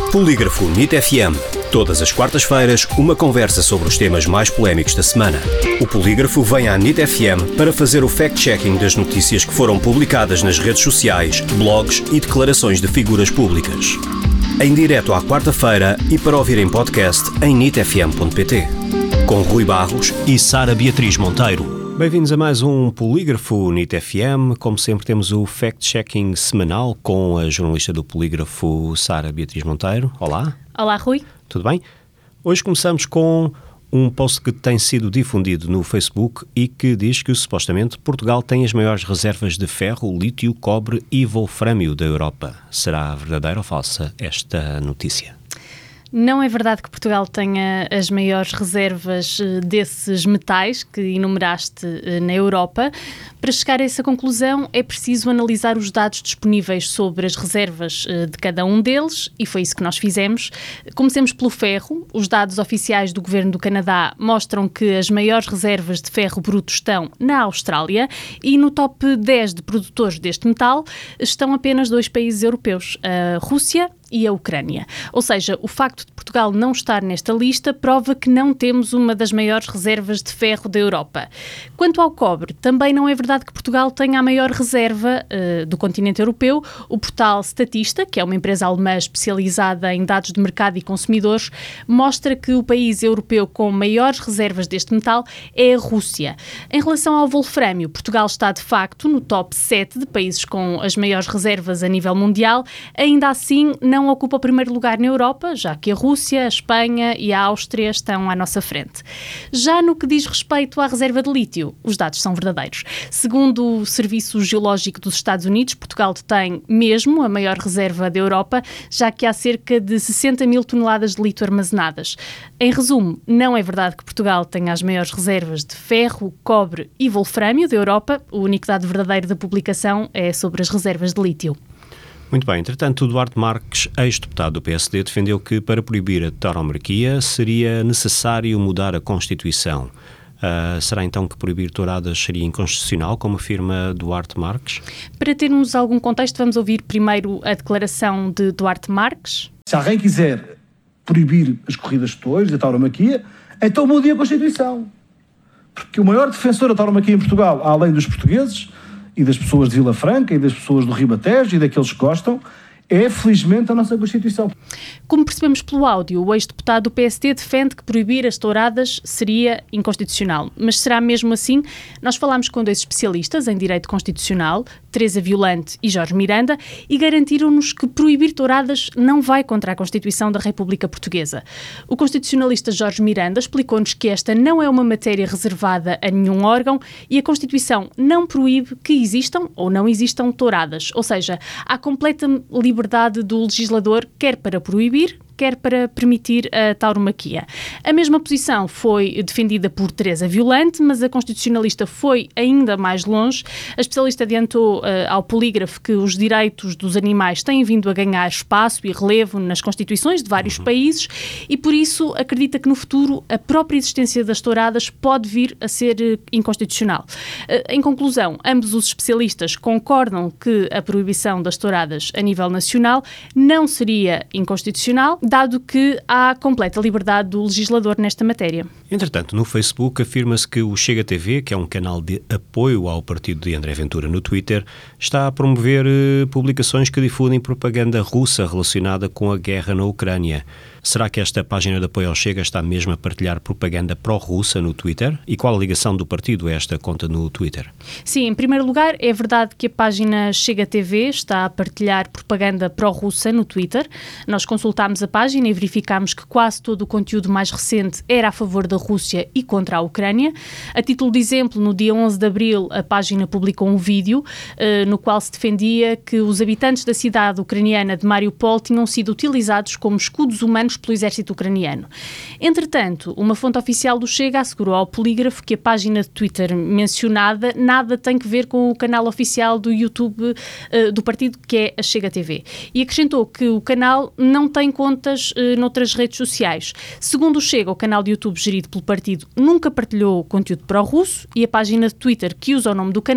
Polígrafo NIT FM. Todas as quartas-feiras, uma conversa sobre os temas mais polémicos da semana. O Polígrafo vem à NIT FM para fazer o fact-checking das notícias que foram publicadas nas redes sociais, blogs e declarações de figuras públicas. Em direto à quarta-feira e para ouvir em podcast em nitfm.pt. Com Rui Barros e Sara Beatriz Monteiro. Bem-vindos a mais um Polígrafo NIT FM. Como sempre, temos o fact-checking semanal com a jornalista do Polígrafo, Sara Beatriz Monteiro. Olá. Olá, Rui. Tudo bem? Hoje começamos com um post que tem sido difundido no Facebook e que diz que, supostamente, Portugal tem as maiores reservas de ferro, lítio, cobre e wolframio da Europa. Será verdadeira ou falsa esta notícia? Não é verdade que Portugal tenha as maiores reservas desses metais que enumeraste na Europa. Para chegar a essa conclusão é preciso analisar os dados disponíveis sobre as reservas de cada um deles e foi isso que nós fizemos. Comecemos pelo ferro. Os dados oficiais do Governo do Canadá mostram que as maiores reservas de ferro bruto estão na Austrália e no top 10 de produtores deste metal estão apenas dois países europeus, a Rússia e a Ucrânia. Ou seja, o facto de Portugal não estar nesta lista prova que não temos uma das maiores reservas de ferro da Europa. Quanto ao cobre, também não é verdade que Portugal tenha a maior reserva do continente europeu. O portal Statista, que é uma empresa alemã especializada em dados de mercado e consumidores, mostra que o país europeu com maiores reservas deste metal é a Rússia. Em relação ao wolframio, Portugal está de facto no top 7 de países com as maiores reservas a nível mundial. Ainda assim, não ocupa o primeiro lugar na Europa, já que a Rússia, a Espanha e a Áustria estão à nossa frente. Já no que diz respeito à reserva de lítio, os dados são verdadeiros. Segundo o Serviço Geológico dos Estados Unidos, Portugal detém mesmo a maior reserva da Europa, já que há cerca de 60 mil toneladas de lítio armazenadas. Em resumo, não é verdade que Portugal tenha as maiores reservas de ferro, cobre e wolframio da Europa. O único dado verdadeiro da publicação é sobre as reservas de lítio. Muito bem, entretanto, o Duarte Marques, ex-deputado do PSD, defendeu que para proibir a tauromaquia seria necessário mudar a Constituição. Será então que proibir touradas seria inconstitucional, como afirma Duarte Marques? Para termos algum contexto, vamos ouvir primeiro a declaração de Duarte Marques. Se alguém quiser proibir as corridas de touros, a tauromaquia, então mude a Constituição. Porque o maior defensor da tauromaquia em Portugal, além dos portugueses e das pessoas de Vila Franca e das pessoas do Ribatejo e daqueles que gostam, é, felizmente, a nossa Constituição. Como percebemos pelo áudio, o ex-deputado do PSD defende que proibir as touradas seria inconstitucional. Mas será mesmo assim? Nós falámos com dois especialistas em direito constitucional, Teresa Violante e Jorge Miranda, e garantiram-nos que proibir touradas não vai contra a Constituição da República Portuguesa. O constitucionalista Jorge Miranda explicou-nos que esta não é uma matéria reservada a nenhum órgão e a Constituição não proíbe que existam ou não existam touradas. Ou seja, há completa liberdade do legislador, quer para proibir, quer para permitir a tauromaquia. A mesma posição foi defendida por Teresa Violante, mas a constitucionalista foi ainda mais longe. A especialista adiantou ao Polígrafo que os direitos dos animais têm vindo a ganhar espaço e relevo nas constituições de vários países e, por isso, acredita que no futuro a própria existência das touradas pode vir a ser inconstitucional. Em conclusão, ambos os especialistas concordam que a proibição das touradas a nível nacional não seria inconstitucional, dado que há completa liberdade do legislador nesta matéria. Entretanto, no Facebook afirma-se que o Chega TV, que é um canal de apoio ao partido de André Ventura no Twitter, está a promover publicações que difundem propaganda russa relacionada com a guerra na Ucrânia. Será que esta página de apoio ao Chega está mesmo a partilhar propaganda pró-russa no Twitter? E qual a ligação do partido a esta conta no Twitter? Sim, em primeiro lugar, é verdade que a página Chega TV está a partilhar propaganda pró-russa no Twitter. Nós consultámos a página e verificámos que quase todo o conteúdo mais recente era a favor da Rússia e contra a Ucrânia. A título de exemplo, no dia 11 de abril, a página publicou um vídeo no qual se defendia que os habitantes da cidade ucraniana de Mariupol tinham sido utilizados como escudos humanos pelo exército ucraniano. Entretanto, uma fonte oficial do Chega assegurou ao Polígrafo que a página de Twitter mencionada nada tem que ver com o canal oficial do YouTube do partido, que é a Chega TV. E acrescentou que o canal não tem contas noutras redes sociais. Segundo o Chega, o canal de YouTube gerido pelo partido nunca partilhou conteúdo pró-russo e a página de Twitter que usa o nome do canal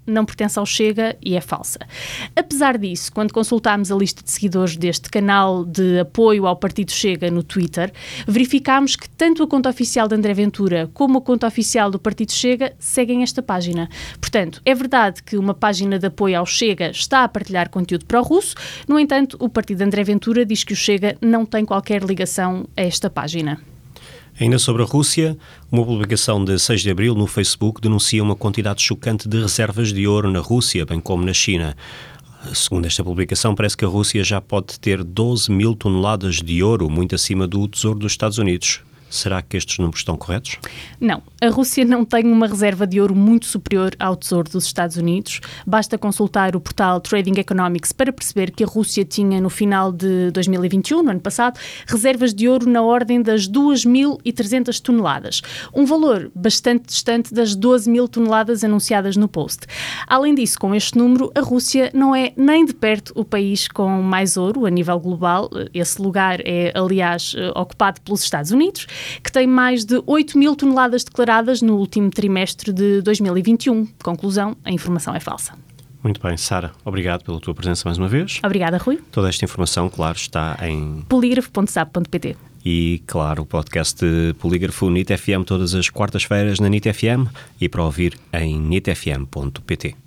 não pertence ao Chega e é falsa. Apesar disso, quando consultámos a lista de seguidores deste canal de apoio ao Partido Chega no Twitter, verificámos que tanto a conta oficial de André Ventura como a conta oficial do Partido Chega seguem esta página. Portanto, é verdade que uma página de apoio ao Chega está a partilhar conteúdo pró-russo, no entanto, o partido de André Ventura diz que o Chega não tem qualquer ligação a esta página. Ainda sobre a Rússia, uma publicação de 6 de abril no Facebook denuncia uma quantidade chocante de reservas de ouro na Rússia, bem como na China. Segundo esta publicação, parece que a Rússia já pode ter 12 mil toneladas de ouro, muito acima do Tesouro dos Estados Unidos. Será que estes números estão corretos? Não. A Rússia não tem uma reserva de ouro muito superior ao Tesouro dos Estados Unidos. Basta consultar o portal Trading Economics para perceber que a Rússia tinha, no final de 2021, no ano passado, reservas de ouro na ordem das 2.300 toneladas. Um valor bastante distante das 12 mil toneladas anunciadas no post. Além disso, com este número, a Rússia não é nem de perto o país com mais ouro a nível global. Esse lugar é, aliás, ocupado pelos Estados Unidos, que tem mais de 8 mil toneladas declaradas no último trimestre de 2021. Conclusão, a informação é falsa. Muito bem, Sara, obrigado pela tua presença mais uma vez. Obrigada, Rui. Toda esta informação, claro, está em polígrafo.sap.pt. E, claro, o podcast de Polígrafo NIT FM todas as quartas-feiras na NIT FM e para ouvir em nitfm.pt.